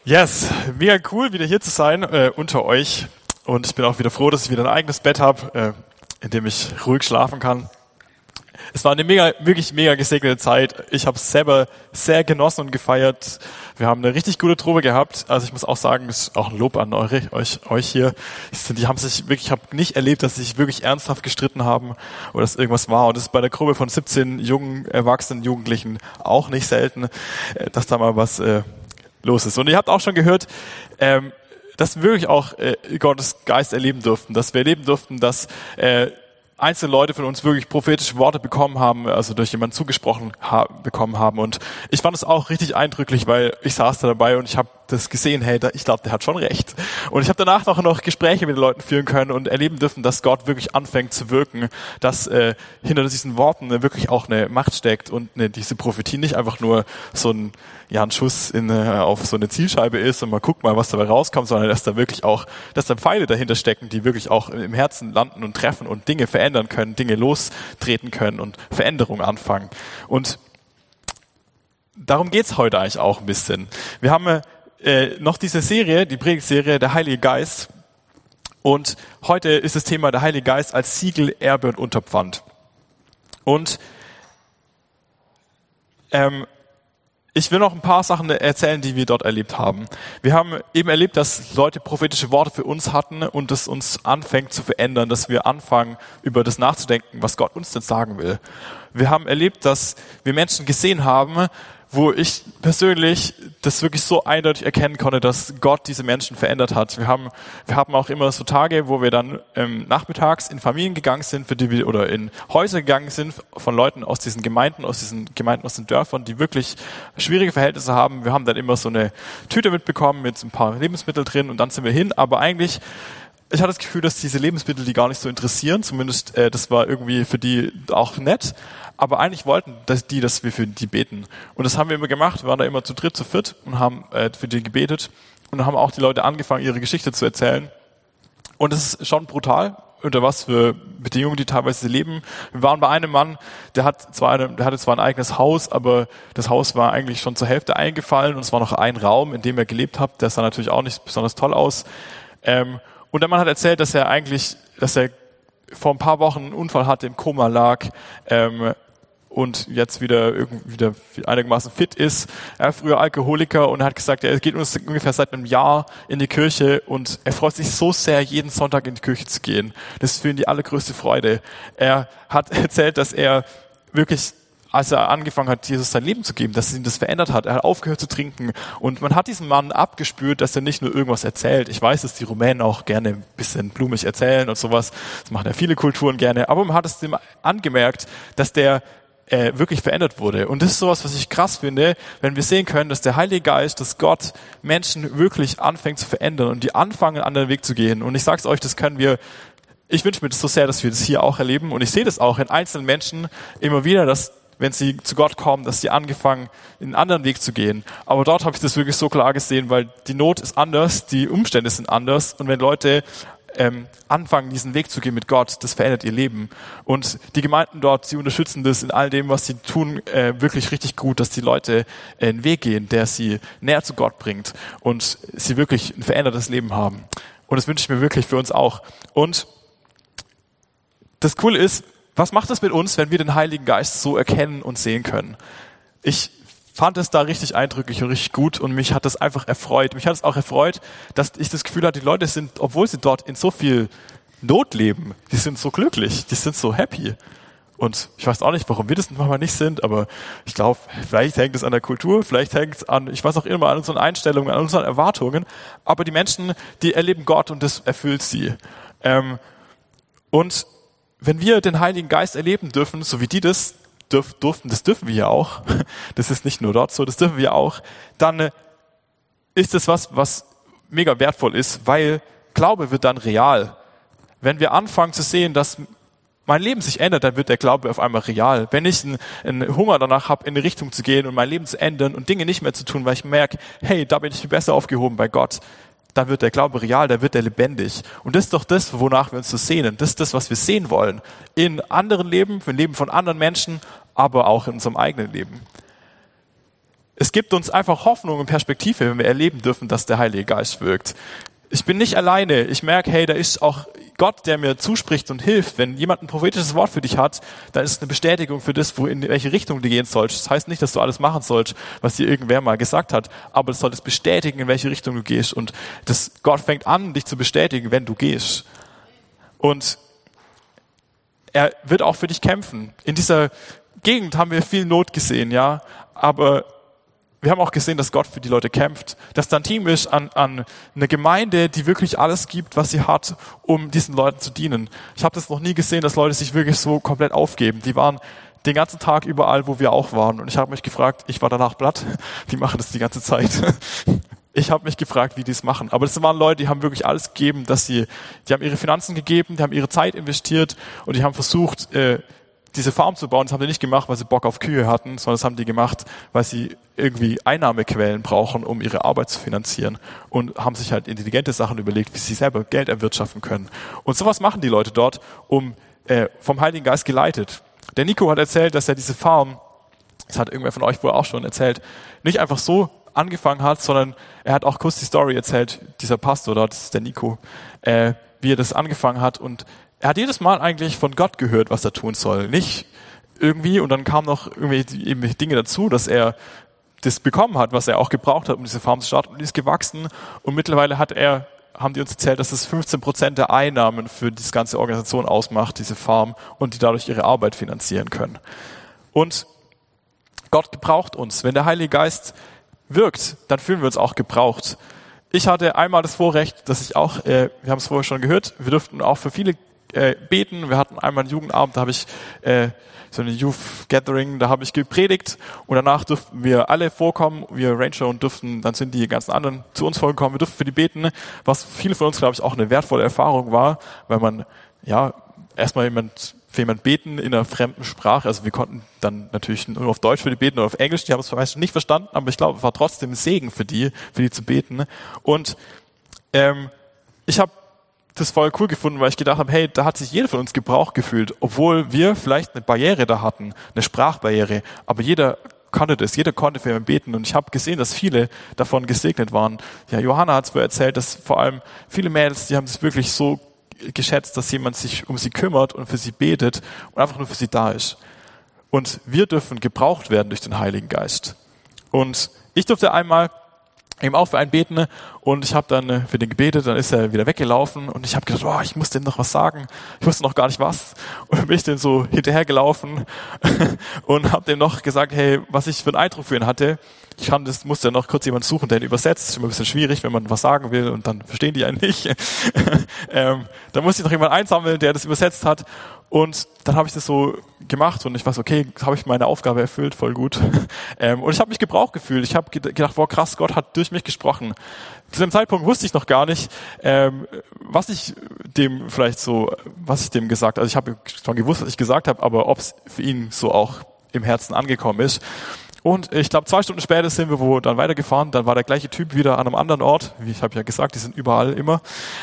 Yes, mega cool, wieder hier zu sein unter euch. Und ich bin auch wieder froh, dass ich wieder ein eigenes Bett habe, in dem ich ruhig schlafen kann. Es war eine wirklich mega gesegnete Zeit. Ich habe es selber sehr genossen und gefeiert. Wir haben eine richtig gute Truppe gehabt. Also ich muss auch sagen, das ist auch ein Lob an euch hier. Die haben sich wirklich, ich habe nicht erlebt, dass sie sich wirklich ernsthaft gestritten haben oder dass irgendwas war. Und das ist bei der Gruppe von 17 jungen, erwachsenen Jugendlichen auch nicht selten, dass da mal was los ist. Und ihr habt auch schon gehört, dass wir wirklich auch Gottes Geist erleben durften, dass wir erleben durften, dass einzelne Leute von uns wirklich prophetische Worte bekommen haben, also durch jemanden zugesprochen bekommen haben. Und ich fand es auch richtig eindrücklich, weil ich saß da dabei und ich habe das gesehen, hey, ich glaube, der hat schon recht. Und ich habe danach noch Gespräche mit den Leuten führen können und erleben dürfen, dass Gott wirklich anfängt zu wirken, dass hinter diesen Worten wirklich auch eine Macht steckt und diese Prophetie nicht einfach nur so ein Schuss auf so eine Zielscheibe ist und man guckt mal, was dabei rauskommt, sondern dass da wirklich auch, dass da Pfeile dahinter stecken, die wirklich auch im Herzen landen und treffen und Dinge verändern können, Dinge lostreten können und Veränderungen anfangen. Und darum geht's heute eigentlich auch ein bisschen. Wir haben noch diese Serie, die Predigtserie Der Heilige Geist. Und heute ist das Thema der Heilige Geist als Siegel, Erbe und Unterpfand. Und ich will noch ein paar Sachen erzählen, die wir dort erlebt haben. Wir haben eben erlebt, dass Leute prophetische Worte für uns hatten und es uns anfängt zu verändern, dass wir anfangen, über das nachzudenken, was Gott uns denn sagen will. Wir haben erlebt, dass wir Menschen gesehen haben, wo ich persönlich das wirklich so eindeutig erkennen konnte, dass Gott diese Menschen verändert hat. Wir haben auch immer so Tage, wo wir dann nachmittags in Familien gegangen sind, oder in Häuser gegangen sind von Leuten aus diesen Gemeinden, aus den Dörfern, die wirklich schwierige Verhältnisse haben. Wir haben dann immer so eine Tüte mitbekommen mit ein paar Lebensmittel drin und dann sind wir hin. Aber eigentlich, ich hatte das Gefühl, dass diese Lebensmittel die gar nicht so interessieren. Zumindest das war irgendwie für die auch nett. Aber eigentlich wollten dass wir für die beten. Und das haben wir immer gemacht. Wir waren da immer zu dritt, zu viert und haben für die gebetet. Und dann haben auch die Leute angefangen, ihre Geschichte zu erzählen. Und es ist schon brutal, unter was für Bedingungen die teilweise leben. Wir waren bei einem Mann, der hatte zwar ein eigenes Haus, aber das Haus war eigentlich schon zur Hälfte eingefallen und es war noch ein Raum, in dem er gelebt hat. Der sah natürlich auch nicht besonders toll aus. Und der Mann hat erzählt, dass er vor ein paar Wochen einen Unfall hatte, im Koma lag, und jetzt wieder einigermaßen fit ist. Er war früher Alkoholiker und er hat gesagt, er geht ungefähr seit einem Jahr in die Kirche und er freut sich so sehr, jeden Sonntag in die Kirche zu gehen. Das ist für ihn die allergrößte Freude. Er hat erzählt, dass er wirklich, als er angefangen hat, Jesus sein Leben zu geben, dass ihn das verändert hat. Er hat aufgehört zu trinken und man hat diesem Mann abgespürt, dass er nicht nur irgendwas erzählt. Ich weiß, dass die Rumänen auch gerne ein bisschen blumig erzählen und sowas. Das machen ja viele Kulturen gerne. Aber man hat es dem angemerkt, dass der wirklich verändert wurde. Und das ist sowas, was ich krass finde, wenn wir sehen können, dass der Heilige Geist, dass Gott Menschen wirklich anfängt zu verändern und die anfangen, einen anderen Weg zu gehen. Und ich sag's euch, ich wünsche mir das so sehr, dass wir das hier auch erleben. Und ich sehe das auch in einzelnen Menschen immer wieder, dass wenn sie zu Gott kommen, dass sie angefangen, einen anderen Weg zu gehen. Aber dort habe ich das wirklich so klar gesehen, weil die Not ist anders, die Umstände sind anders. Und wenn Leute anfangen, diesen Weg zu gehen mit Gott, das verändert ihr Leben. Und die Gemeinden dort, sie unterstützen das in all dem, was sie tun, wirklich richtig gut, dass die Leute einen Weg gehen, der sie näher zu Gott bringt und sie wirklich ein verändertes Leben haben. Und das wünsche ich mir wirklich für uns auch. Und das Coole ist, was macht es mit uns, wenn wir den Heiligen Geist so erkennen und sehen können? Ich fand es da richtig eindrücklich und richtig gut und mich hat das einfach erfreut. Mich hat es auch erfreut, dass ich das Gefühl hatte, die Leute sind, obwohl sie dort in so viel Not leben, die sind so glücklich, die sind so happy. Und ich weiß auch nicht, warum wir das manchmal nicht sind, aber ich glaube, vielleicht hängt es an der Kultur, vielleicht hängt es an, ich weiß auch immer, an unseren Einstellungen, an unseren Erwartungen, aber die Menschen, die erleben Gott und das erfüllt sie. Und wenn wir den Heiligen Geist erleben dürfen, so wie die das durften, das dürfen wir ja auch, das ist nicht nur dort so, das dürfen wir auch, dann ist das was mega wertvoll ist, weil Glaube wird dann real. Wenn wir anfangen zu sehen, dass mein Leben sich ändert, dann wird der Glaube auf einmal real. Wenn ich einen Hunger danach habe, in eine Richtung zu gehen und mein Leben zu ändern und Dinge nicht mehr zu tun, weil ich merke, hey, da bin ich viel besser aufgehoben bei Gott, dann wird der Glaube real, dann wird er lebendig. Und das ist doch das, wonach wir uns so sehnen. Das ist das, was wir sehen wollen. In anderen Leben, im Leben von anderen Menschen, aber auch in unserem eigenen Leben. es gibt uns einfach Hoffnung und Perspektive, wenn wir erleben dürfen, dass der Heilige Geist wirkt. Ich bin nicht alleine. Ich merke, hey, da ist auch Gott, der mir zuspricht und hilft. Wenn jemand ein prophetisches Wort für dich hat, dann ist es eine Bestätigung für das, in welche Richtung du gehen sollst. Das heißt nicht, dass du alles machen sollst, was dir irgendwer mal gesagt hat, aber es soll das bestätigen, in welche Richtung du gehst. Und Gott fängt an, dich zu bestätigen, wenn du gehst. Und er wird auch für dich kämpfen. In dieser Gegend haben wir viel Not gesehen, ja, aber wir haben auch gesehen, dass Gott für die Leute kämpft, dass da ein Team ist an eine Gemeinde, die wirklich alles gibt, was sie hat, um diesen Leuten zu dienen. Ich habe das noch nie gesehen, dass Leute sich wirklich so komplett aufgeben. Die waren den ganzen Tag überall, wo wir auch waren. Und ich habe mich gefragt, ich war danach platt, die machen das die ganze Zeit. Ich habe mich gefragt, wie die es machen. Aber das waren Leute, die haben wirklich alles gegeben, die haben ihre Finanzen gegeben, die haben ihre Zeit investiert und die haben versucht, diese Farm zu bauen. Das haben die nicht gemacht, weil sie Bock auf Kühe hatten, sondern das haben die gemacht, weil sie irgendwie Einnahmequellen brauchen, um ihre Arbeit zu finanzieren, und haben sich halt intelligente Sachen überlegt, wie sie selber Geld erwirtschaften können. Und sowas machen die Leute dort, vom Heiligen Geist geleitet. Der Nico hat erzählt, dass er diese Farm, das hat irgendwer von euch wohl auch schon erzählt, nicht einfach so angefangen hat, sondern er hat auch kurz die Story erzählt, dieser Pastor dort, das ist der Nico, wie er das angefangen hat, und er hat jedes Mal eigentlich von Gott gehört, was er tun soll. Nicht irgendwie, und dann kamen noch irgendwie Dinge dazu, dass er das bekommen hat, was er auch gebraucht hat, um diese Farm zu starten, und die ist gewachsen, und mittlerweile haben die uns erzählt, dass es 15% der Einnahmen für diese ganze Organisation ausmacht, diese Farm, und die dadurch ihre Arbeit finanzieren können. Und Gott gebraucht uns. Wenn der Heilige Geist wirkt, dann fühlen wir uns auch gebraucht. Ich hatte einmal das Vorrecht, dass ich auch, wir haben es vorher schon gehört, wir durften auch für viele beten. Wir hatten einmal einen Jugendabend, da habe ich so eine Youth Gathering, da habe ich gepredigt, und danach durften wir alle vorkommen, wir Ranger, und dann sind die ganzen anderen zu uns vorgekommen. Wir durften für die beten, was viele von uns, glaube ich, auch eine wertvolle Erfahrung war, weil man erstmal für jemand beten in einer fremden Sprache. Also wir konnten dann natürlich nur auf Deutsch für die beten oder auf Englisch. Die haben es meistens nicht verstanden, aber ich glaube, es war trotzdem ein Segen für die zu beten. Und ich habe das voll cool gefunden, weil ich gedacht habe, hey, da hat sich jeder von uns gebraucht gefühlt, obwohl wir vielleicht eine Barriere da hatten, eine Sprachbarriere, aber jeder konnte für ihn beten, und ich habe gesehen, dass viele davon gesegnet waren. Ja, Johanna hat es erzählt, dass vor allem viele Mädels, die haben es wirklich so geschätzt, dass jemand sich um sie kümmert und für sie betet und einfach nur für sie da ist. Und wir dürfen gebraucht werden durch den Heiligen Geist. Und ich durfte einmal eben auch für einen beten, und ich habe dann für den gebetet, dann ist er wieder weggelaufen, und ich habe gedacht, ich muss dem noch was sagen. Ich wusste noch gar nicht was, und dann bin ich dem so hinterhergelaufen und habe dem noch gesagt, hey, was ich für einen Eindruck für ihn hatte. Musste noch kurz jemand suchen, der ihn übersetzt. Das ist immer ein bisschen schwierig, wenn man was sagen will und dann verstehen die einen nicht. Da musste ich noch jemanden einsammeln, der das übersetzt hat. Und dann habe ich das so gemacht, und ich weiß, okay, habe ich meine Aufgabe erfüllt, voll gut. Und ich habe mich gebraucht gefühlt. Ich habe gedacht, wow, krass, Gott hat durch mich gesprochen. Zu dem Zeitpunkt wusste ich noch gar nicht, was ich dem gesagt habe. Also ich habe schon gewusst, was ich gesagt habe, aber ob es für ihn so auch im Herzen angekommen ist. Und ich glaube, 2 Stunden später sind wir dann weitergefahren. Dann war der gleiche Typ wieder an einem anderen Ort. Wie ich habe ja gesagt, die sind überall immer.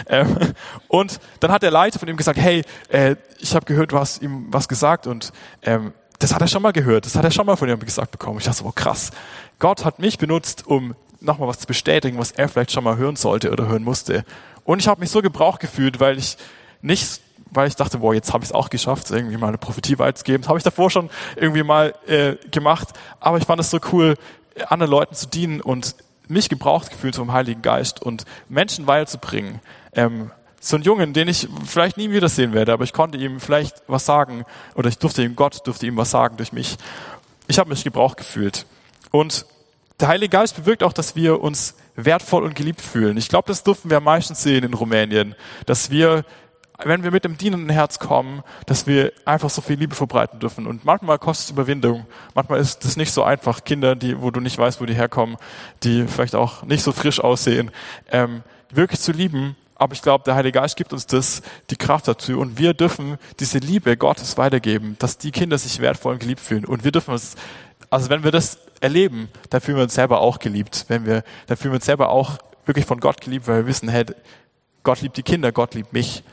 Und dann hat der Leiter von ihm gesagt, hey, ich habe gehört, du hast ihm was gesagt. Und das hat er schon mal gehört. Das hat er schon mal von ihm gesagt bekommen. Ich dachte so, krass. Gott hat mich benutzt, um nochmal was zu bestätigen, was er vielleicht schon mal hören sollte oder hören musste. Und ich habe mich so gebraucht gefühlt, weil ich dachte, jetzt habe ich es auch geschafft, irgendwie mal eine Prophetie weiterzugeben. Das habe ich davor schon irgendwie mal gemacht. Aber ich fand es so cool, anderen Leuten zu dienen und mich gebraucht gefühlt vom Heiligen Geist und Menschen weiterzubringen. So einen Jungen, den ich vielleicht nie wiedersehen werde, aber ich konnte ihm vielleicht was sagen, oder Gott durfte ihm was sagen durch mich. Ich habe mich gebraucht gefühlt. Und der Heilige Geist bewirkt auch, dass wir uns wertvoll und geliebt fühlen. Ich glaube, das durften wir am meisten sehen in Rumänien, dass wir, wenn wir mit dem dienenden Herz kommen, dass wir einfach so viel Liebe verbreiten dürfen. Und manchmal kostet es Überwindung. Manchmal ist es nicht so einfach. Kinder, wo du nicht weißt, wo die herkommen, die vielleicht auch nicht so frisch aussehen, wirklich zu lieben. Aber ich glaube, der Heilige Geist gibt uns die Kraft dazu. Und wir dürfen diese Liebe Gottes weitergeben, dass die Kinder sich wertvoll und geliebt fühlen. Und wir dürfen wenn wir das erleben, dann fühlen wir uns selber auch geliebt. Dann fühlen wir uns selber auch wirklich von Gott geliebt, weil wir wissen, hey, Gott liebt die Kinder, Gott liebt mich.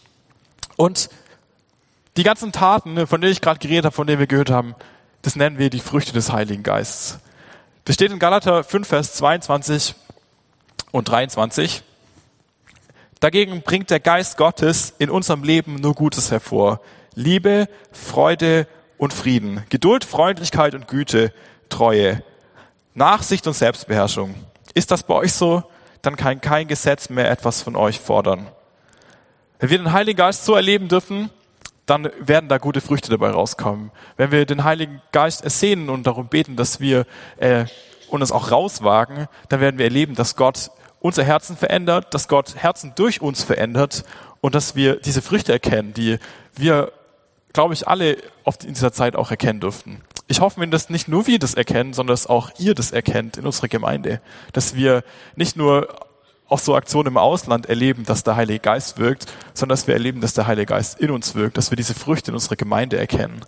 Und die ganzen Taten, von denen ich gerade geredet habe, von denen wir gehört haben, das nennen wir die Früchte des Heiligen Geistes. Das steht in Galater 5, Vers 22 und 23. Dagegen bringt der Geist Gottes in unserem Leben nur Gutes hervor. Liebe, Freude und Frieden, Geduld, Freundlichkeit und Güte, Treue, Nachsicht und Selbstbeherrschung. Ist das bei euch so? Dann kann kein Gesetz mehr etwas von euch fordern. Wenn wir den Heiligen Geist so erleben dürfen, dann werden da gute Früchte dabei rauskommen. Wenn wir den Heiligen Geist ersehnen und darum beten, dass wir uns auch rauswagen, dann werden wir erleben, dass Gott unser Herzen verändert, dass Gott Herzen durch uns verändert und dass wir diese Früchte erkennen, die wir, glaube ich, alle in dieser Zeit auch erkennen durften. Ich hoffe, dass nicht nur wir das erkennen, sondern dass auch ihr das erkennt in unserer Gemeinde. Dass wir nicht nur auch so Aktionen im Ausland erleben, dass der Heilige Geist wirkt, sondern dass wir erleben, dass der Heilige Geist in uns wirkt, dass wir diese Früchte in unserer Gemeinde erkennen.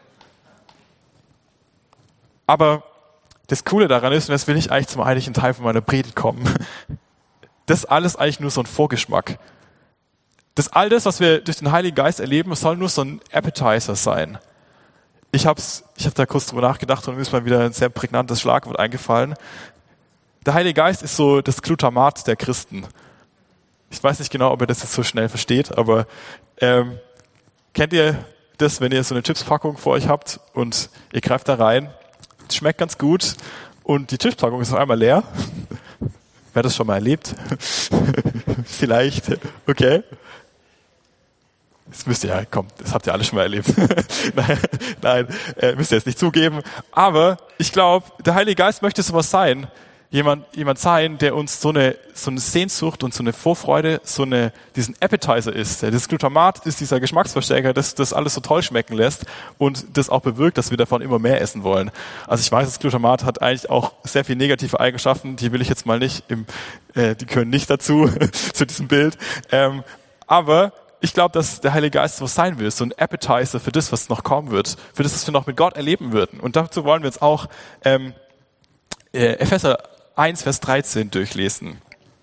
Aber das Coole daran ist, und jetzt will ich eigentlich zum eigentlichen Teil von meiner Predigt kommen, das ist alles eigentlich nur so ein Vorgeschmack. All das, was wir durch den Heiligen Geist erleben, soll nur so ein Appetizer sein. Ich hab da kurz drüber nachgedacht und mir ist mal wieder ein sehr prägnantes Schlagwort eingefallen. Der Heilige Geist ist so das Glutamat der Christen. Ich weiß nicht genau, ob ihr das jetzt so schnell versteht, aber kennt ihr das, wenn ihr so eine Chipspackung vor euch habt und ihr greift da rein, es schmeckt ganz gut und die Chipspackung ist auf einmal leer? Wer hat das schon mal erlebt? Vielleicht, okay. Das müsst ihr das habt ihr alle schon mal erlebt. Nein, müsst ihr jetzt nicht zugeben. Aber ich glaube, der Heilige Geist möchte sowas sein. Jemand sein, der uns so eine Sehnsucht und so eine Vorfreude, diesen Appetizer ist. Das Glutamat ist dieser Geschmacksverstärker, das alles so toll schmecken lässt und das auch bewirkt, dass wir davon immer mehr essen wollen. Also ich weiß, das Glutamat hat eigentlich auch sehr viele negative Eigenschaften, die will ich jetzt mal nicht, die gehören nicht dazu, zu diesem Bild. Aber ich glaube, dass der Heilige Geist so sein will, so ein Appetizer für das, was noch kommen wird, für das, was wir noch mit Gott erleben würden. Und dazu wollen wir jetzt auch Epheser 1, Vers 13 durchlesen.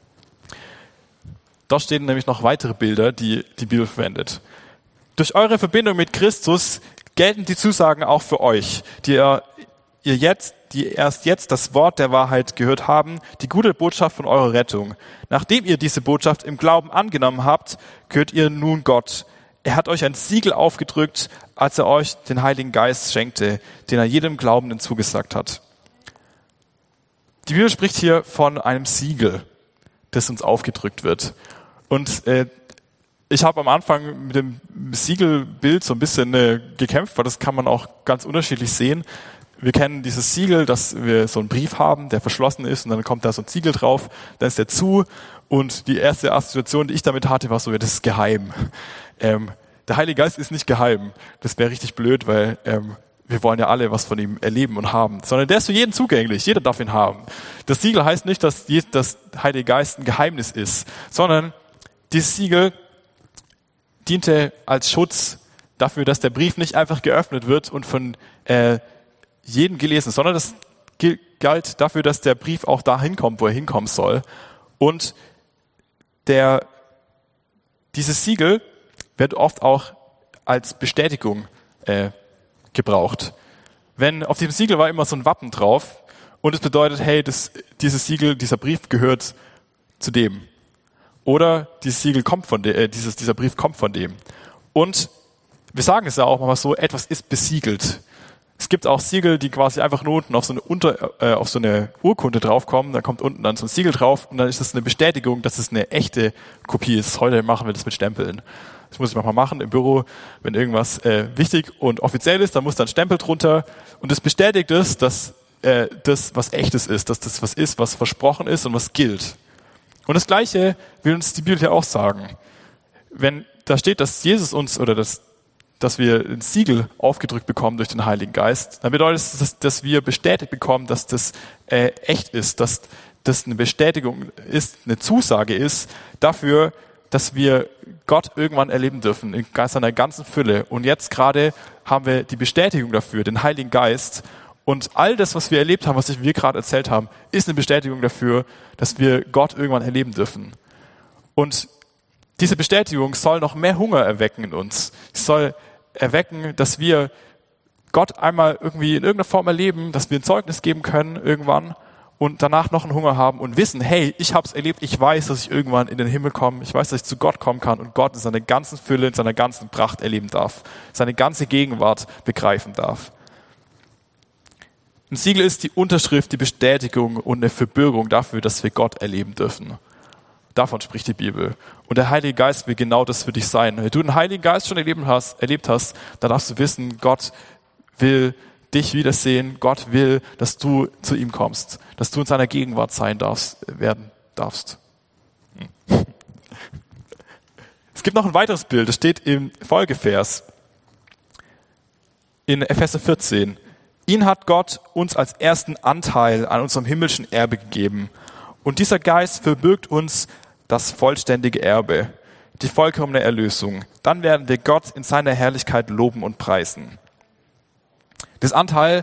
Dort stehen nämlich noch weitere Bilder, die die Bibel verwendet. Durch eure Verbindung mit Christus gelten die Zusagen auch für euch, die erst jetzt das Wort der Wahrheit gehört haben, die gute Botschaft von eurer Rettung. Nachdem ihr diese Botschaft im Glauben angenommen habt, gehört ihr nun Gott. Er hat euch ein Siegel aufgedrückt, als er euch den Heiligen Geist schenkte, den er jedem Glaubenden zugesagt hat. Die Bibel spricht hier von einem Siegel, das uns aufgedrückt wird. Und ich habe am Anfang mit dem Siegelbild so ein bisschen gekämpft, weil das kann man auch ganz unterschiedlich sehen. Wir kennen dieses Siegel, dass wir so einen Brief haben, der verschlossen ist und dann kommt da so ein Siegel drauf, dann ist der zu und die erste Assoziation, die ich damit hatte, war so, ja, das ist geheim. Der Heilige Geist ist nicht geheim. Das wäre richtig blöd, weil wir wollen ja alle was von ihm erleben und haben, sondern der ist für jeden zugänglich, jeder darf ihn haben. Das Siegel heißt nicht, dass das Heilige Geist ein Geheimnis ist, sondern dieses Siegel diente als Schutz dafür, dass der Brief nicht einfach geöffnet wird und von jedem gelesen, sondern das galt dafür, dass der Brief auch dahin kommt, wo er hinkommen soll. Und dieses Siegel wird oft auch als Bestätigung gebraucht. Auf dem Siegel war immer so ein Wappen drauf und es bedeutet, hey, dieses Siegel, dieser Brief gehört zu dem. Oder dieses Siegel kommt dieser Brief kommt von dem. Und wir sagen es ja auch mal so, etwas ist besiegelt. Es gibt auch Siegel, die quasi einfach nur unten auf so eine Urkunde draufkommen, da kommt unten dann so ein Siegel drauf und dann ist das eine Bestätigung, dass es eine echte Kopie ist. Heute machen wir das mit Stempeln. Das muss ich manchmal machen im Büro, wenn irgendwas wichtig und offiziell ist, dann muss da ein Stempel drunter und das bestätigt es, dass das was Echtes ist, dass das was ist, was versprochen ist und was gilt. Und das Gleiche will uns die Bibel ja auch sagen. Wenn da steht, dass Jesus uns oder dass wir ein Siegel aufgedrückt bekommen durch den Heiligen Geist, dann bedeutet es, dass wir bestätigt bekommen, dass das echt ist, dass das eine Bestätigung ist, eine Zusage ist dafür, dass wir Gott irgendwann erleben dürfen, in seiner ganzen Fülle. Und jetzt gerade haben wir die Bestätigung dafür, den Heiligen Geist. Und all das, was wir erlebt haben, was wir gerade erzählt haben, ist eine Bestätigung dafür, dass wir Gott irgendwann erleben dürfen. Und diese Bestätigung soll noch mehr Hunger erwecken in uns. Es soll erwecken, dass wir Gott einmal irgendwie in irgendeiner Form erleben, dass wir ein Zeugnis geben können irgendwann und danach noch einen Hunger haben und wissen, hey, ich habe es erlebt, ich weiß, dass ich irgendwann in den Himmel komme, ich weiß, dass ich zu Gott kommen kann und Gott in seiner ganzen Fülle, in seiner ganzen Pracht erleben darf, seine ganze Gegenwart begreifen darf. Ein Siegel ist die Unterschrift, die Bestätigung und eine Verbürgung dafür, dass wir Gott erleben dürfen. Davon spricht die Bibel. Und der Heilige Geist will genau das für dich sein. Wenn du den Heiligen Geist schon erlebt hast, dann darfst du wissen, Gott will dich wiedersehen. Gott will, dass du zu ihm kommst, dass du in seiner Gegenwart werden darfst. Es gibt noch ein weiteres Bild, das steht im Folgevers in Epheser 14. Ihn hat Gott uns als ersten Anteil an unserem himmlischen Erbe gegeben. Und dieser Geist verbirgt uns das vollständige Erbe, die vollkommene Erlösung. Dann werden wir Gott in seiner Herrlichkeit loben und preisen. Das Anteil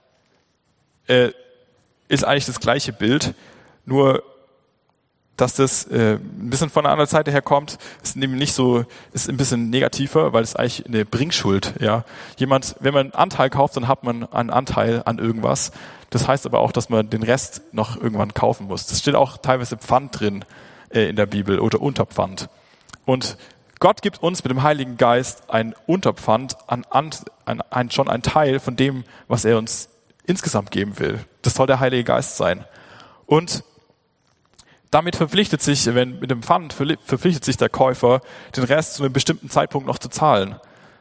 ist eigentlich das gleiche Bild, nur dass das ein bisschen von einer anderen Seite her kommt, ist nämlich nicht so, ist ein bisschen negativer, weil es eigentlich eine Bringschuld, ja. Wenn man einen Anteil kauft, dann hat man einen Anteil an irgendwas. Das heißt aber auch, dass man den Rest noch irgendwann kaufen muss. Das steht auch teilweise Pfand drin in der Bibel oder Unterpfand. Und Gott gibt uns mit dem Heiligen Geist ein Unterpfand schon ein Teil von dem, was er uns insgesamt geben will. Das soll der Heilige Geist sein. Und damit verpflichtet sich der Käufer, den Rest zu einem bestimmten Zeitpunkt noch zu zahlen.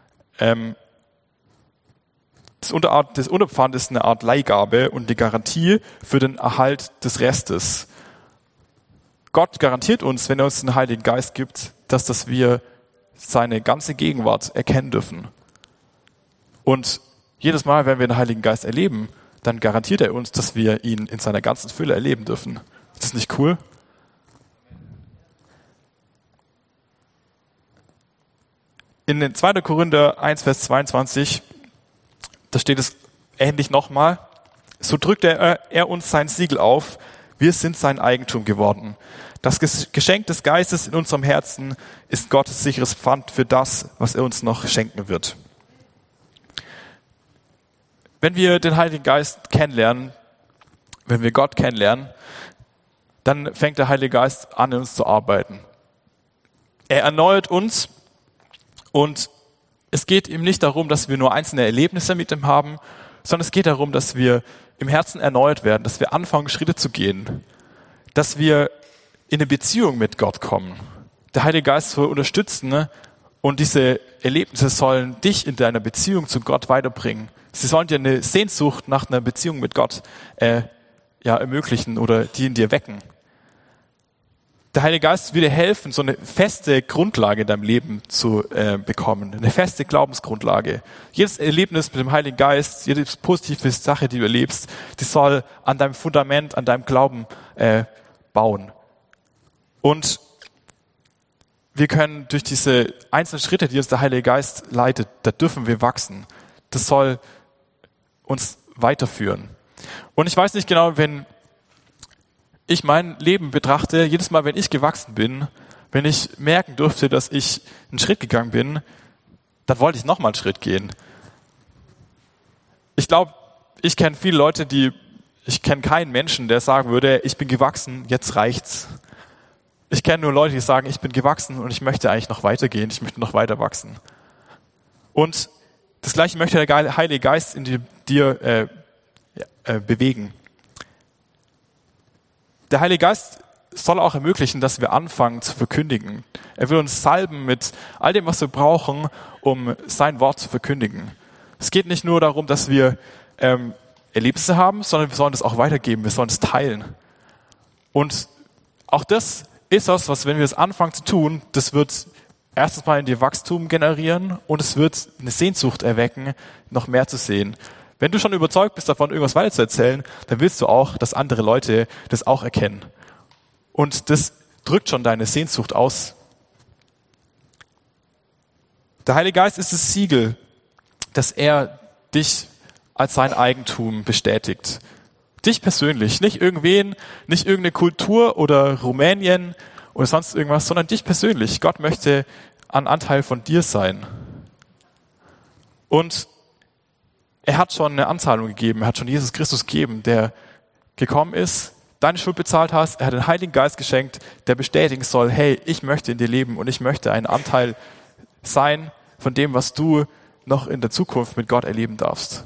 Das Unterpfand ist eine Art Leihgabe und die Garantie für den Erhalt des Restes. Gott garantiert uns, wenn er uns den Heiligen Geist gibt, dass wir seine ganze Gegenwart erkennen dürfen. Und jedes Mal, wenn wir den Heiligen Geist erleben, dann garantiert er uns, dass wir ihn in seiner ganzen Fülle erleben dürfen. Ist das nicht cool? In 2. Korinther 1, Vers 22, da steht es ähnlich nochmal. So drückt er uns sein Siegel auf. Wir sind sein Eigentum geworden. Das Geschenk des Geistes in unserem Herzen ist Gottes sicheres Pfand für das, was er uns noch schenken wird. Wenn wir den Heiligen Geist kennenlernen, wenn wir Gott kennenlernen, dann fängt der Heilige Geist an, in uns zu arbeiten. Er erneuert uns und es geht ihm nicht darum, dass wir nur einzelne Erlebnisse mit ihm haben, sondern es geht darum, dass wir im Herzen erneuert werden, dass wir anfangen, Schritte zu gehen, dass wir in eine Beziehung mit Gott kommen. Der Heilige Geist soll unterstützen, und diese Erlebnisse sollen dich in deiner Beziehung zu Gott weiterbringen. Sie sollen dir eine Sehnsucht nach einer Beziehung mit Gott ermöglichen oder die in dir wecken. Der Heilige Geist will dir helfen, so eine feste Grundlage in deinem Leben zu bekommen, eine feste Glaubensgrundlage. Jedes Erlebnis mit dem Heiligen Geist, jede positive Sache, die du erlebst, die soll an deinem Fundament, an deinem Glauben bauen. Und wir können durch diese einzelnen Schritte, die uns der Heilige Geist leitet, da dürfen wir wachsen. Das soll uns weiterführen. Und ich weiß nicht genau, wenn ich mein Leben betrachte, jedes Mal, wenn ich gewachsen bin, wenn ich merken durfte, dass ich einen Schritt gegangen bin, dann wollte ich nochmal einen Schritt gehen. Ich glaube, ich kenne viele Leute, ich kenne keinen Menschen, der sagen würde, ich bin gewachsen, jetzt reicht's. Ich kenne nur Leute, die sagen, ich bin gewachsen und ich möchte eigentlich noch weitergehen, ich möchte noch weiter wachsen. Und das Gleiche möchte der Heilige Geist in dir bewegen. Der Heilige Geist soll auch ermöglichen, dass wir anfangen zu verkündigen. Er will uns salben mit all dem, was wir brauchen, um sein Wort zu verkündigen. Es geht nicht nur darum, dass wir Erlebnisse haben, sondern wir sollen es auch weitergeben, wir sollen es teilen. Und auch das ist was, wenn wir es anfangen zu tun, das wird erstens mal in dir Wachstum generieren und es wird eine Sehnsucht erwecken, noch mehr zu sehen. Wenn du schon überzeugt bist davon, irgendwas weiter zu erzählen, dann willst du auch, dass andere Leute das auch erkennen. Und das drückt schon deine Sehnsucht aus. Der Heilige Geist ist das Siegel, dass er dich als sein Eigentum bestätigt. Dich persönlich, nicht irgendwen, nicht irgendeine Kultur oder Rumänien oder sonst irgendwas, sondern dich persönlich. Gott möchte ein Anteil von dir sein. Und Er hat schon eine Anzahlung gegeben, er hat schon Jesus Christus gegeben, der gekommen ist, deine Schuld bezahlt hast, er hat den Heiligen Geist geschenkt, der bestätigen soll, hey, ich möchte in dir leben und ich möchte ein Anteil sein von dem, was du noch in der Zukunft mit Gott erleben darfst.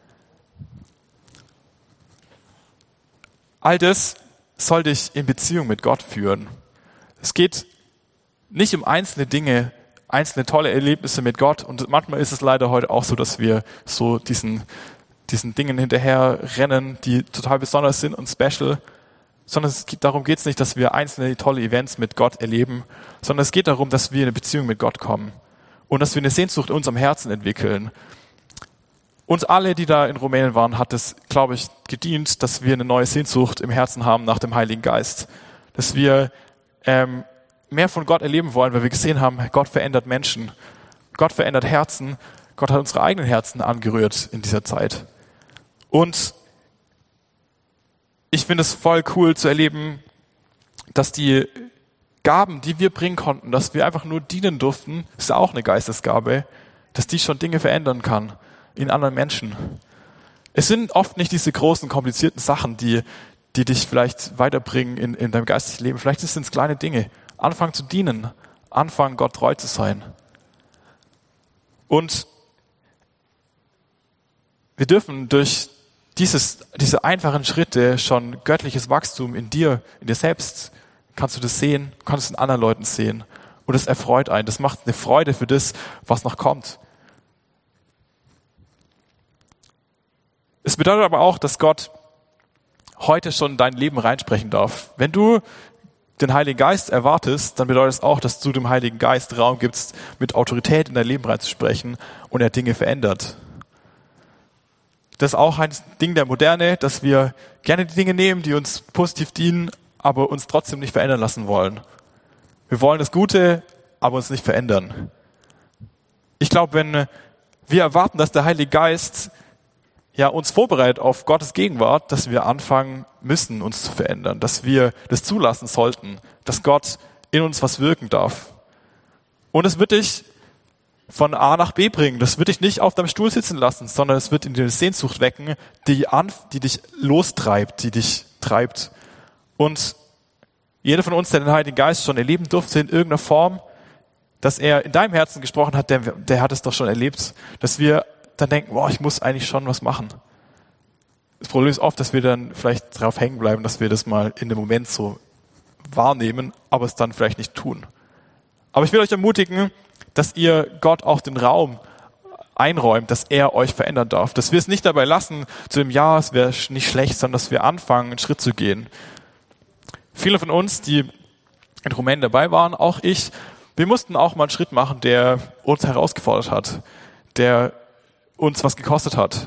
All das soll dich in Beziehung mit Gott führen. Es geht nicht um einzelne Dinge, einzelne tolle Erlebnisse mit Gott. Und manchmal ist es leider heute auch so, dass wir so diesen Dingen hinterher rennen, die total besonders sind und special. Sondern darum geht es nicht, dass wir einzelne tolle Events mit Gott erleben, sondern es geht darum, dass wir in eine Beziehung mit Gott kommen und dass wir eine Sehnsucht in unserem Herzen entwickeln. Uns alle, die da in Rumänien waren, hat es, glaube ich, gedient, dass wir eine neue Sehnsucht im Herzen haben nach dem Heiligen Geist. Dass wir mehr von Gott erleben wollen, weil wir gesehen haben, Gott verändert Menschen. Gott verändert Herzen. Gott hat unsere eigenen Herzen angerührt in dieser Zeit. Und ich finde es voll cool zu erleben, dass die Gaben, die wir bringen konnten, dass wir einfach nur dienen durften, ist ja auch eine Geistesgabe, dass die schon Dinge verändern kann in anderen Menschen. Es sind oft nicht diese großen, komplizierten Sachen, die dich vielleicht weiterbringen in deinem geistlichen Leben. Vielleicht sind es kleine Dinge. Anfangen zu dienen, anfangen Gott treu zu sein. Und wir dürfen durch diese einfachen Schritte schon göttliches Wachstum in dir selbst, kannst du das sehen, kannst du es in anderen Leuten sehen. Und es erfreut einen, das macht eine Freude für das, was noch kommt. Es bedeutet aber auch, dass Gott heute schon in dein Leben reinsprechen darf. Wenn du den Heiligen Geist erwartest, dann bedeutet es auch, dass du dem Heiligen Geist Raum gibst, mit Autorität in dein Leben reinzusprechen und er Dinge verändert. Das ist auch ein Ding der Moderne, dass wir gerne die Dinge nehmen, die uns positiv dienen, aber uns trotzdem nicht verändern lassen wollen. Wir wollen das Gute, aber uns nicht verändern. Ich glaube, wenn wir erwarten, dass der Heilige Geist uns vorbereitet auf Gottes Gegenwart, dass wir anfangen müssen, uns zu verändern, dass wir das zulassen sollten, dass Gott in uns was wirken darf. Und es wird dich von A nach B bringen. Das wird dich nicht auf deinem Stuhl sitzen lassen, sondern es wird in dir eine Sehnsucht wecken, die dich lostreibt, die dich treibt. Und jeder von uns, der den Heiligen Geist schon erleben durfte in irgendeiner Form, dass er in deinem Herzen gesprochen hat, der hat es doch schon erlebt, dass wir dann denken, ich muss eigentlich schon was machen. Das Problem ist oft, dass wir dann vielleicht drauf hängen bleiben, dass wir das mal in dem Moment so wahrnehmen, aber es dann vielleicht nicht tun. Aber ich will euch ermutigen, dass ihr Gott auch den Raum einräumt, dass er euch verändern darf. Dass wir es nicht dabei lassen, zu dem es wäre nicht schlecht, sondern dass wir anfangen, einen Schritt zu gehen. Viele von uns, die in Rumänien dabei waren, auch ich, wir mussten auch mal einen Schritt machen, der uns herausgefordert hat, der uns was gekostet hat.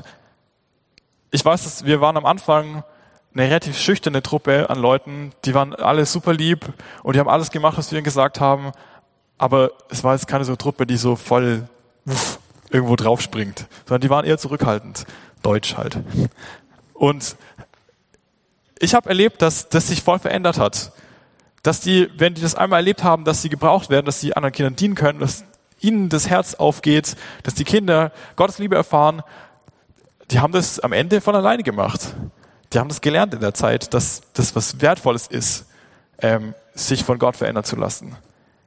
Ich weiß, dass wir waren am Anfang eine relativ schüchterne Truppe an Leuten, die waren alle super lieb und die haben alles gemacht, was wir ihnen gesagt haben, aber es war jetzt keine so Truppe, die so voll irgendwo drauf springt, sondern die waren eher zurückhaltend, deutsch halt. Und ich habe erlebt, dass das sich voll verändert hat, dass die, wenn die das einmal erlebt haben, dass sie gebraucht werden, dass sie anderen Kindern dienen können, dass ihnen das Herz aufgeht, dass die Kinder Gottes Liebe erfahren, die haben das am Ende von alleine gemacht. Die haben das gelernt in der Zeit, dass das was Wertvolles ist, sich von Gott verändern zu lassen.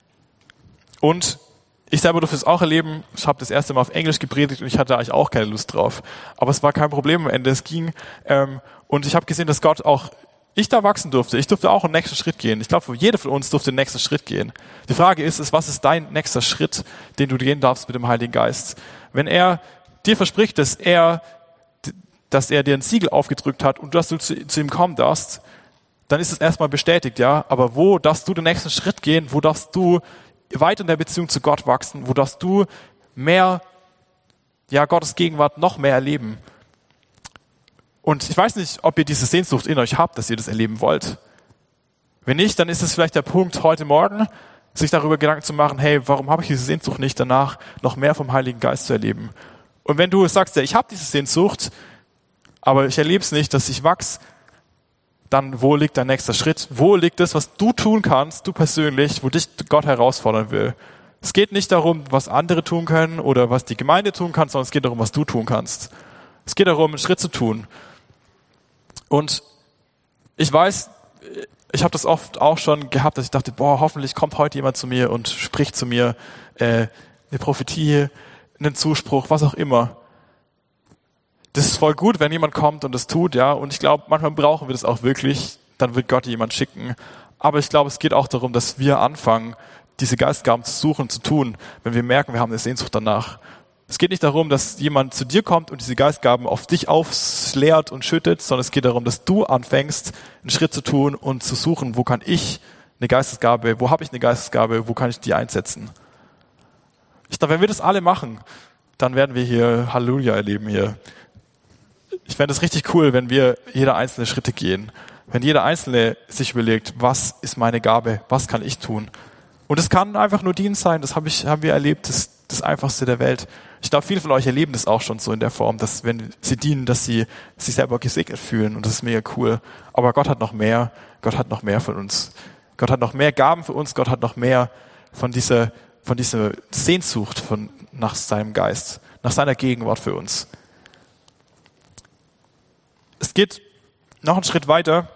Und ich selber durfte es auch erleben. Ich habe das erste Mal auf Englisch gepredigt und ich hatte eigentlich auch keine Lust drauf. Aber es war kein Problem am Ende. Es ging. Und ich habe gesehen, dass Gott auch ich da wachsen durfte. Ich durfte auch einen nächsten Schritt gehen. Ich glaube, jeder von uns durfte den nächsten Schritt gehen. Die Frage ist, was ist dein nächster Schritt, den du gehen darfst mit dem Heiligen Geist? Wenn er dir verspricht, dass er dir ein Siegel aufgedrückt hat und dass du zu ihm kommen darfst, dann ist es erstmal bestätigt, ja. Aber wo darfst du den nächsten Schritt gehen? Wo darfst du weiter in der Beziehung zu Gott wachsen? Wo darfst du mehr, Gottes Gegenwart noch mehr erleben? Und ich weiß nicht, ob ihr diese Sehnsucht in euch habt, dass ihr das erleben wollt. Wenn nicht, dann ist es vielleicht der Punkt heute Morgen, sich darüber Gedanken zu machen, hey, warum habe ich diese Sehnsucht nicht danach, noch mehr vom Heiligen Geist zu erleben? Und wenn du sagst, ja, ich habe diese Sehnsucht, aber ich erlebe es nicht, dass ich wachse, dann wo liegt dein nächster Schritt? Wo liegt das, was du tun kannst, du persönlich, wo dich Gott herausfordern will? Es geht nicht darum, was andere tun können oder was die Gemeinde tun kann, sondern es geht darum, was du tun kannst. Es geht darum, einen Schritt zu tun. Und ich weiß, ich habe das oft auch schon gehabt, dass ich dachte, hoffentlich kommt heute jemand zu mir und spricht zu mir eine Prophetie, einen Zuspruch, was auch immer. Das ist voll gut, wenn jemand kommt und das tut, ja. Und ich glaube, manchmal brauchen wir das auch wirklich. Dann wird Gott jemand schicken. Aber ich glaube, es geht auch darum, dass wir anfangen, diese Geistgaben zu suchen und zu tun, wenn wir merken, wir haben eine Sehnsucht danach. Es geht nicht darum, dass jemand zu dir kommt und diese Geistgaben auf dich aufleert und schüttet, sondern es geht darum, dass du anfängst, einen Schritt zu tun und zu suchen, wo kann ich eine Geistesgabe, wo habe ich eine Geistesgabe, wo kann ich die einsetzen. Ich glaube, wenn wir das alle machen, dann werden wir hier Halleluja erleben hier. Ich fände es richtig cool, wenn wir jeder einzelne Schritte gehen. Wenn jeder Einzelne sich überlegt, was ist meine Gabe, was kann ich tun? Und es kann einfach nur Dienst sein, das haben wir erlebt, das Einfachste der Welt. Ich glaube, viele von euch erleben das auch schon so in der Form, dass wenn sie dienen, dass sie sich selber gesegnet fühlen und das ist mega cool. Aber Gott hat noch mehr, Gott hat noch mehr von uns. Gott hat noch mehr Gaben für uns, Gott hat noch mehr von dieser Sehnsucht nach seinem Geist, nach seiner Gegenwart für uns. Es geht noch einen Schritt weiter.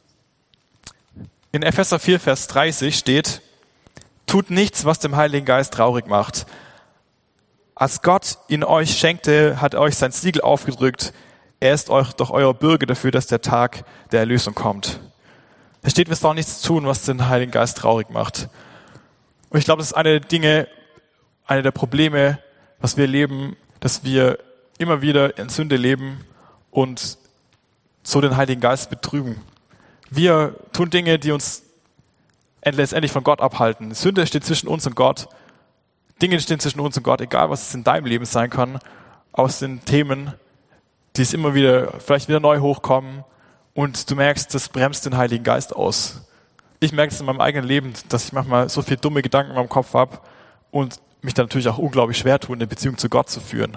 In Epheser 4, Vers 30 steht, tut nichts, was dem Heiligen Geist traurig macht. Als Gott ihn euch schenkte, hat er euch sein Siegel aufgedrückt. Er ist euch doch euer Bürger dafür, dass der Tag der Erlösung kommt. Es steht, wir sollen nichts tun, was den Heiligen Geist traurig macht. Und ich glaube, das ist eine der Probleme, was wir erleben, dass wir immer wieder in Sünde leben und so den Heiligen Geist betrügen. Wir tun Dinge, die uns letztendlich von Gott abhalten. Sünde steht zwischen uns und Gott. Dinge stehen zwischen uns und Gott, egal was es in deinem Leben sein kann, aus den Themen, die es immer wieder, vielleicht wieder neu hochkommen und du merkst, das bremst den Heiligen Geist aus. Ich merke es in meinem eigenen Leben, dass ich manchmal so viele dumme Gedanken in meinem Kopf habe und mich dann natürlich auch unglaublich schwer tue, eine Beziehung zu Gott zu führen.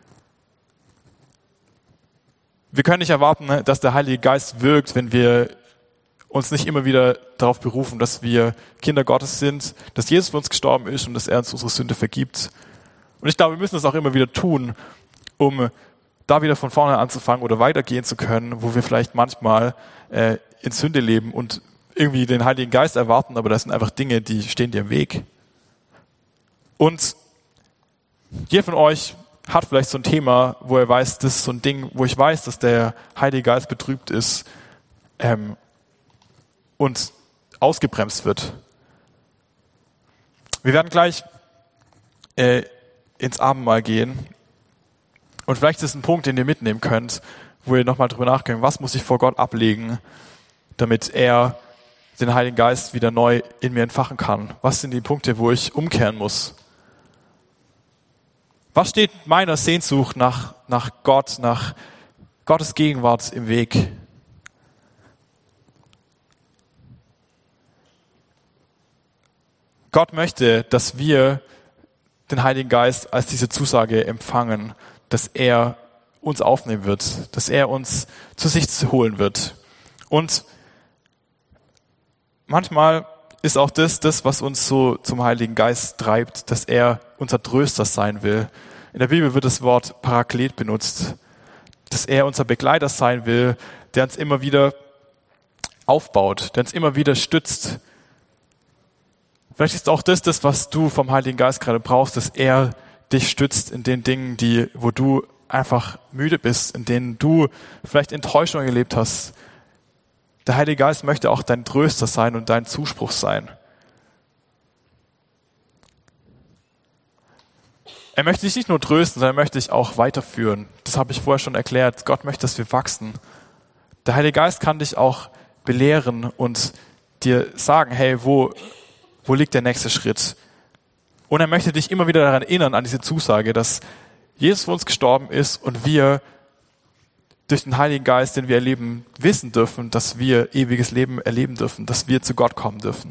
Wir können nicht erwarten, dass der Heilige Geist wirkt, wenn wir uns nicht immer wieder darauf berufen, dass wir Kinder Gottes sind, dass Jesus für uns gestorben ist und dass er uns unsere Sünde vergibt. Und ich glaube, wir müssen das auch immer wieder tun, um da wieder von vorne anzufangen oder weitergehen zu können, wo wir vielleicht manchmal in Sünde leben und irgendwie den Heiligen Geist erwarten, aber das sind einfach Dinge, die stehen dir im Weg. Und jeder von euch hat vielleicht so ein Thema, wo er weiß, das ist so ein Ding, wo ich weiß, dass der Heilige Geist betrübt ist und ausgebremst wird. Wir werden gleich ins Abendmahl gehen und vielleicht ist es ein Punkt, den ihr mitnehmen könnt, wo ihr nochmal drüber nachdenkt, was muss ich vor Gott ablegen, damit er den Heiligen Geist wieder neu in mir entfachen kann. Was sind die Punkte, wo ich umkehren muss? Was steht meiner Sehnsucht nach Gott, nach Gottes Gegenwart im Weg? Gott möchte, dass wir den Heiligen Geist als diese Zusage empfangen, dass er uns aufnehmen wird, dass er uns zu sich holen wird. Und manchmal ist auch das, was uns so zum Heiligen Geist treibt, dass er unser Tröster sein will. In der Bibel wird das Wort Paraklet benutzt, dass er unser Begleiter sein will, der uns immer wieder aufbaut, der uns immer wieder stützt. Vielleicht ist auch das, was du vom Heiligen Geist gerade brauchst, dass er dich stützt in den Dingen, wo du einfach müde bist, in denen du vielleicht Enttäuschung erlebt hast. Der Heilige Geist möchte auch dein Tröster sein und dein Zuspruch sein. Er möchte dich nicht nur trösten, sondern er möchte dich auch weiterführen. Das habe ich vorher schon erklärt. Gott möchte, dass wir wachsen. Der Heilige Geist kann dich auch belehren und dir sagen, hey, wo liegt der nächste Schritt? Und er möchte dich immer wieder daran erinnern, an diese Zusage, dass Jesus für uns gestorben ist und wir durch den Heiligen Geist, den wir erleben, wissen dürfen, dass wir ewiges Leben erleben dürfen, dass wir zu Gott kommen dürfen.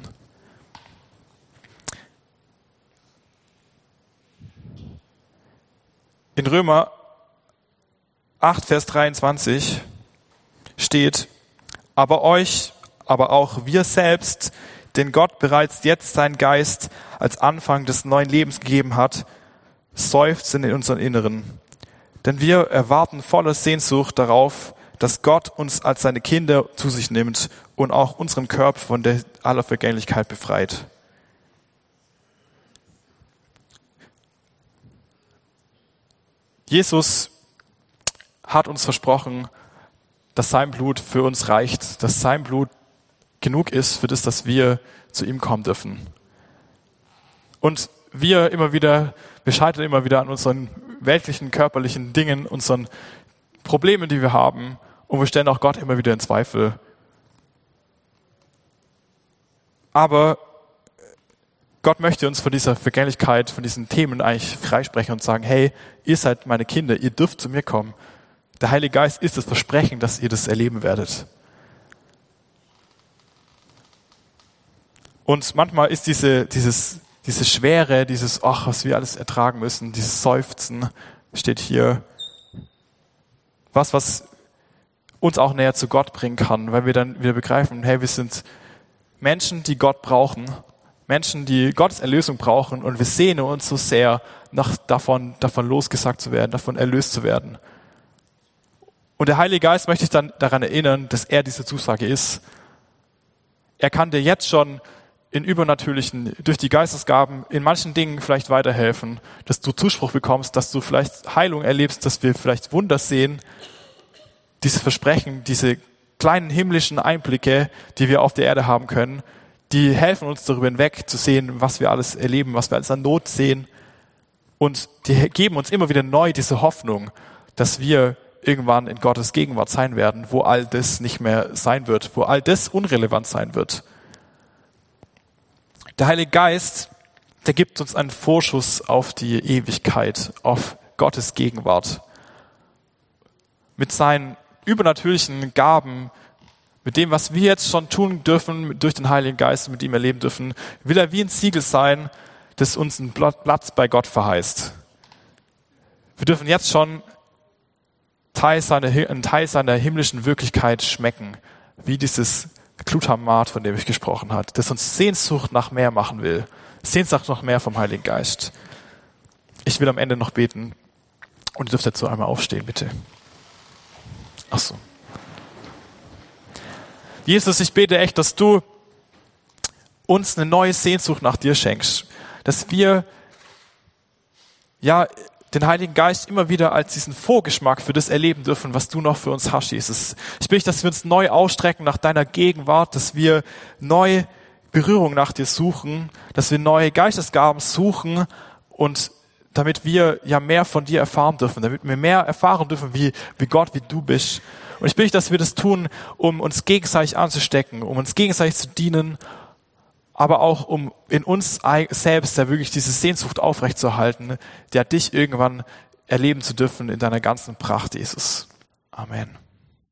In Römer 8, Vers 23 steht, aber auch wir selbst, den Gott bereits jetzt seinen Geist als Anfang des neuen Lebens gegeben hat, seufzen in unseren Inneren, Denn wir erwarten voller Sehnsucht darauf, dass Gott uns als seine Kinder zu sich nimmt und auch unseren Körper von aller Vergänglichkeit befreit. Jesus hat uns versprochen, dass sein Blut für uns reicht, dass sein Blut genug ist für das, dass wir zu ihm kommen dürfen. Und wir scheitern immer wieder an unseren weltlichen, körperlichen Dingen, unseren Problemen, die wir haben, und wir stellen auch Gott immer wieder in Zweifel. Aber Gott möchte uns von dieser Vergänglichkeit, von diesen Themen eigentlich freisprechen und sagen, hey, ihr seid meine Kinder, ihr dürft zu mir kommen. Der Heilige Geist ist das Versprechen, dass ihr das erleben werdet. Und manchmal ist diese Schwere, was wir alles ertragen müssen, dieses Seufzen, steht hier, was uns auch näher zu Gott bringen kann, weil wir dann wieder begreifen, hey, wir sind Menschen, die Gott brauchen, Menschen, die Gottes Erlösung brauchen, und wir sehnen uns so sehr davon losgesagt zu werden, davon erlöst zu werden. Und der Heilige Geist möchte dich dann daran erinnern, dass er diese Zusage ist. Er kann dir jetzt schon in Übernatürlichen, durch die Geistesgaben, in manchen Dingen vielleicht weiterhelfen, dass du Zuspruch bekommst, dass du vielleicht Heilung erlebst, dass wir vielleicht Wunder sehen. Diese Versprechen, diese kleinen himmlischen Einblicke, die wir auf der Erde haben können, die helfen uns darüber hinweg zu sehen, was wir alles erleben, was wir alles an Not sehen. Und die geben uns immer wieder neu diese Hoffnung, dass wir irgendwann in Gottes Gegenwart sein werden, wo all das nicht mehr sein wird, wo all das unrelevant sein wird. Der Heilige Geist, der gibt uns einen Vorschuss auf die Ewigkeit, auf Gottes Gegenwart. Mit seinen übernatürlichen Gaben, mit dem, was wir jetzt schon tun dürfen, durch den Heiligen Geist, mit ihm erleben dürfen, will er wie ein Siegel sein, das uns einen Platz bei Gott verheißt. Wir dürfen jetzt schon einen Teil seiner himmlischen Wirklichkeit schmecken, wie dieses Glutamat, von dem ich gesprochen habe, das uns Sehnsucht nach mehr machen will. Sehnsucht nach mehr vom Heiligen Geist. Ich will am Ende noch beten und ihr dürft dazu einmal aufstehen, bitte. Ach so. Jesus, ich bete echt, dass du uns eine neue Sehnsucht nach dir schenkst. Dass wir den Heiligen Geist immer wieder als diesen Vorgeschmack für das erleben dürfen, was du noch für uns hast, Jesus. Ich bitte, dass wir uns neu ausstrecken nach deiner Gegenwart, dass wir neue Berührung nach dir suchen, dass wir neue Geistesgaben suchen, und damit wir mehr von dir erfahren dürfen, damit wir mehr erfahren dürfen, wie Gott, wie du bist. Und ich bitte, dass wir das tun, um uns gegenseitig anzustecken, um uns gegenseitig zu dienen, aber auch um in uns selbst ja wirklich diese Sehnsucht aufrechtzuerhalten, dich irgendwann erleben zu dürfen in deiner ganzen Pracht, Jesus. Amen.